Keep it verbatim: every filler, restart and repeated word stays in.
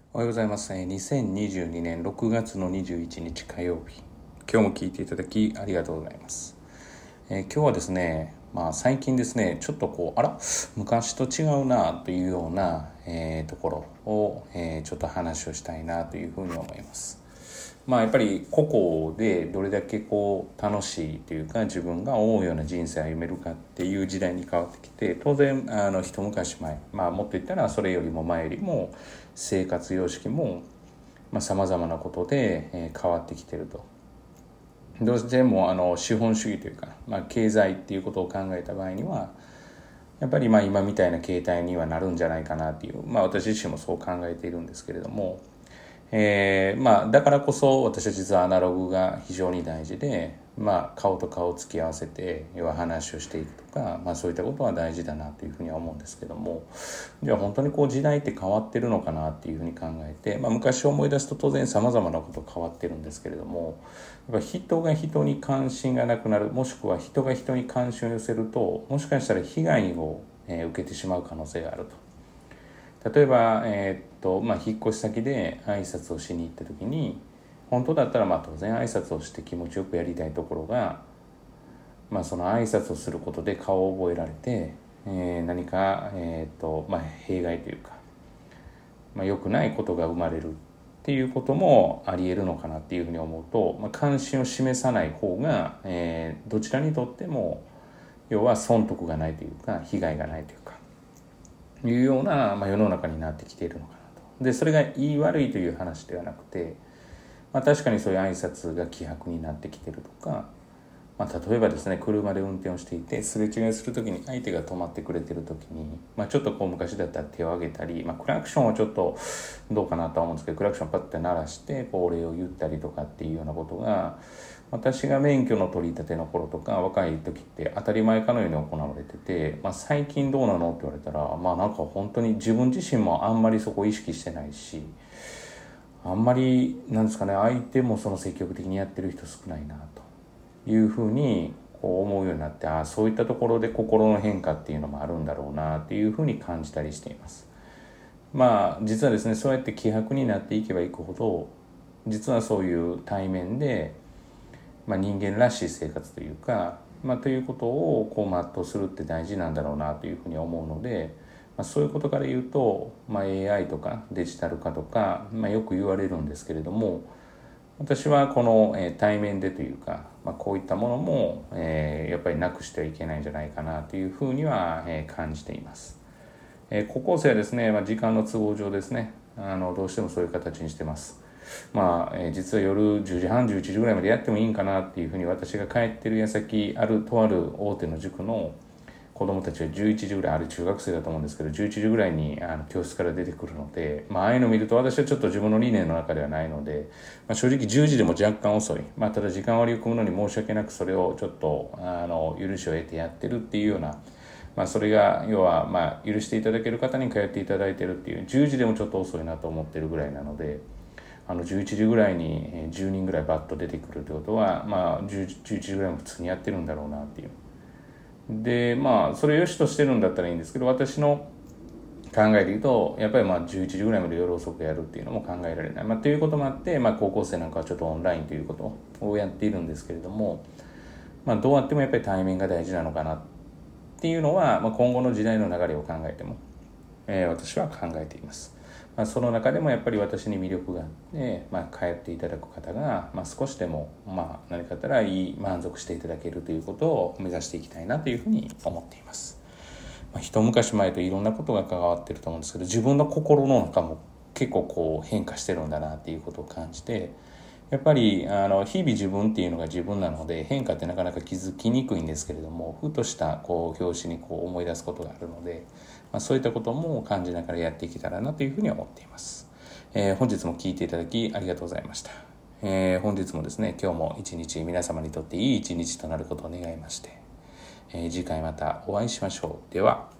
おはようございます。にせんにじゅうにねんろくがつのにじゅういちにち火曜日。今日も聞いていただきありがとうございます。えー、今日はですね、まあ最近ですね、ちょっとこう、あら、昔と違うなというような、えー、ところを、えー、ちょっと話をしたいなというふうに思います。まあやっぱり個々でどれだけこう楽しいというか自分が思うような人生を歩めるかっていう時代に変わってきて、当然あの一昔前、まあもっと言ったらそれよりも前よりも生活様式もさまざ、まなことで、えー、変わってきてると。どうしてもあの資本主義というか、まあ、経済っていうことを考えた場合にはやっぱりまあ今みたいな形態にはなるんじゃないかなっていう、まあ私自身もそう考えているんですけれども、えー、まあだからこそ私は実はアナログが非常に大事で、まあ顔と顔を突き合わせて要は話をしていくとか、まあそういったことは大事だなというふうには思うんですけども、じゃあ本当にこう時代って変わってるのかなっていうふうに考えて、まあ昔を思い出すと当然様々なこと変わってるんですけれども、やっぱ人が人に関心がなくなる、もしくは人が人に関心を寄せると、もしかしたら被害を、えー受けてしまう可能性があると。例えば、えーっとまあ、引っ越し先で挨拶をしに行った時に本当だったらまあ当然挨拶をして気持ちよくやりたいところが、まあ、その挨拶をすることで顔を覚えられて、えー何か、えーっとまあ、弊害というか、まあ、良くないことが生まれるっていうこともありえるのかなっていうふうに思うと、まあ、関心を示さない方が、えーどちらにとっても要は損得がないというか被害がないというかいうような、まあ、世の中になってきているのかなと。でそれが言い悪いという話ではなくて、まあ、確かにそういう挨拶が希薄になってきているとか、まあ、例えばですね車で運転をしていてすれ違いする時に相手が止まってくれてる時に、まあ、ちょっとこう昔だったら手を挙げたり、まあ、クラクションはちょっとどうかなとは思うんですけどクラクションパッて鳴らしてこうお礼を言ったりとかっていうようなことが私が免許の取り立ての頃とか若い時って当たり前かのように行われてて、まあ、最近どうなのって言われたらまあなんか本当に自分自身もあんまりそこを意識してないし、あんまりなんですかね相手もその積極的にやってる人少ないなというふうにこう思うようになって、ああそういったところで心の変化っていうのもあるんだろうなっていうふうに感じたりしています。まあ実はですねそうやって希薄になっていけばいくほど実はそういう対面でまあ、人間らしい生活というか、まあ、ということをこう全うするって大事なんだろうなというふうに思うので、まあ、そういうことから言うと、まあ、エーアイ とかデジタル化とか、まあ、よく言われるんですけれども、私はこの、えー対面でというか、まあ、こういったものも、えーやっぱりなくしてはいけないんじゃないかなというふうには、えー感じています。えー高校生はですね、まあ、時間の都合上ですねあのどうしてもそういう形にしてます。まあ、えー実は夜じゅうじはんじゅういちじぐらいまでやってもいいんかなっていうふうに私が帰ってる矢先あるとある大手の塾の子供たちはじゅういちじぐらいある中学生だと思うんですけどじゅういちじぐらいにあの教室から出てくるので、まあ、ああいうのを見ると私はちょっと自分の理念の中ではないので、まあ、正直じゅうじでも若干遅い、まあ、ただ時間割を組むのに申し訳なくそれをちょっとあの許しを得てやってるっていうような、まあ、それが要はまあ許していただける方に通っていただいてるっていうじゅうじでもちょっと遅いなと思ってるぐらいなので、あのじゅういちじぐらいにじゅうにんぐらいバッと出てくるってことは、まあ、じゅういちじぐらいも普通にやってるんだろうなっていう。でまあそれを良しとしてるんだったらいいんですけど、私の考えで言うとやっぱりまあじゅういちじぐらいまで夜遅くやるっていうのも考えられない、まあ、ということもあって、まあ、高校生なんかはちょっとオンラインということをやっているんですけれども、まあ、どうあってもやっぱり対面が大事なのかなっていうのは、まあ、今後の時代の流れを考えても、えー私は考えています。まあ、その中でもやっぱり私に魅力があって、まあ、通っていただく方が、まあ、少しでも、まあ、何かあったらいい満足していただけるということを目指していきたいなというふうに思っています。まあ、一昔前といろんなことが関わってると思うんですけど、自分の心の中も結構こう変化してるんだなっていうことを感じて、やっぱりあの日々自分っていうのが自分なので変化ってなかなか気づきにくいんですけれども、ふとしたこう表紙にこう思い出すことがあるので、まあ、そういったことも感じながらやっていけたらなというふうに思っています。えー、本日も聞いていただきありがとうございました。えー、本日もですね今日も一日皆様にとっていい一日となることを願いまして、えー、次回またお会いしましょう。では。